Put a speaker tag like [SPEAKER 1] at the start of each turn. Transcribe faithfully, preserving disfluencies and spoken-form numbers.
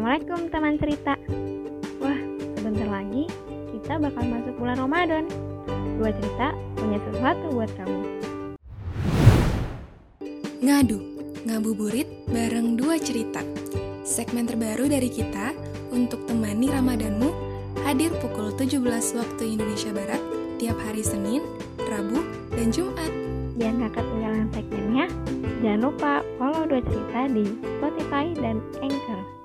[SPEAKER 1] Assalamualaikum teman cerita. Wah, sebentar lagi kita bakal masuk bulan Ramadan. Dua cerita punya sesuatu buat kamu.
[SPEAKER 2] Ngadu, ngabuburit bareng dua cerita. Segmen terbaru dari kita untuk temani Ramadanmu, hadir pukul tujuh belas waktu Indonesia Barat tiap hari Senin, Rabu, dan Jumat.
[SPEAKER 1] Biar gak ketinggalan segmennya, jangan lupa follow dua cerita di Spotify dan Anchor.